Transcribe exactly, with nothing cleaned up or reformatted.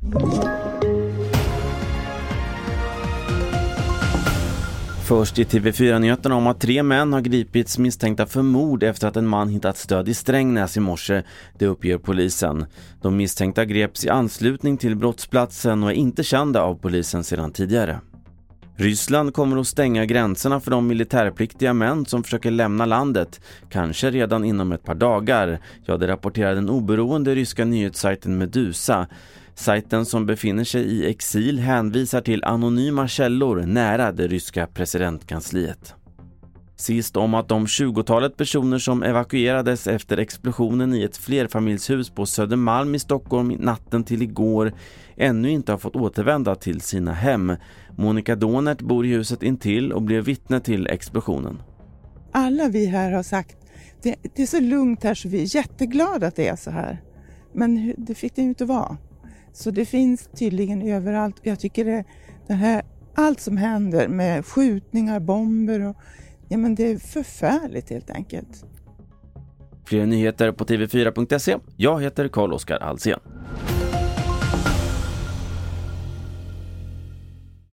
Först i T V fyra-nyheterna om att tre män har gripits misstänkta för mord efter att en man hittat stöd i Strängnäs i morse, det uppger polisen. De misstänkta greps i anslutning till brottsplatsen och är inte kända av polisen sedan tidigare. Ryssland kommer att stänga gränserna för de militärpliktiga män som försöker lämna landet, kanske redan inom ett par dagar. Ja, det rapporterar den oberoende ryska nyhetssajten Medusa. Sajten som befinner sig i exil hänvisar till anonyma källor nära det ryska presidentkansliet. Sist om att de tjugotalet personer som evakuerades efter explosionen i ett flerfamiljshus på Södermalm i Stockholm natten till igår ännu inte har fått återvända till sina hem. Monica Donert bor i huset intill och blev vittne till explosionen. Alla vi här har sagt det, det är så lugnt här så vi är jätteglada att det är så här. Men det fick det inte vara. Så det finns tydligen överallt. Jag tycker det, det här, allt som händer med skjutningar, bomber och ja, men det är förfärligt helt enkelt. Fler nyheter på T V fyra punkt se. Jag heter Carl-Oskar Alsen.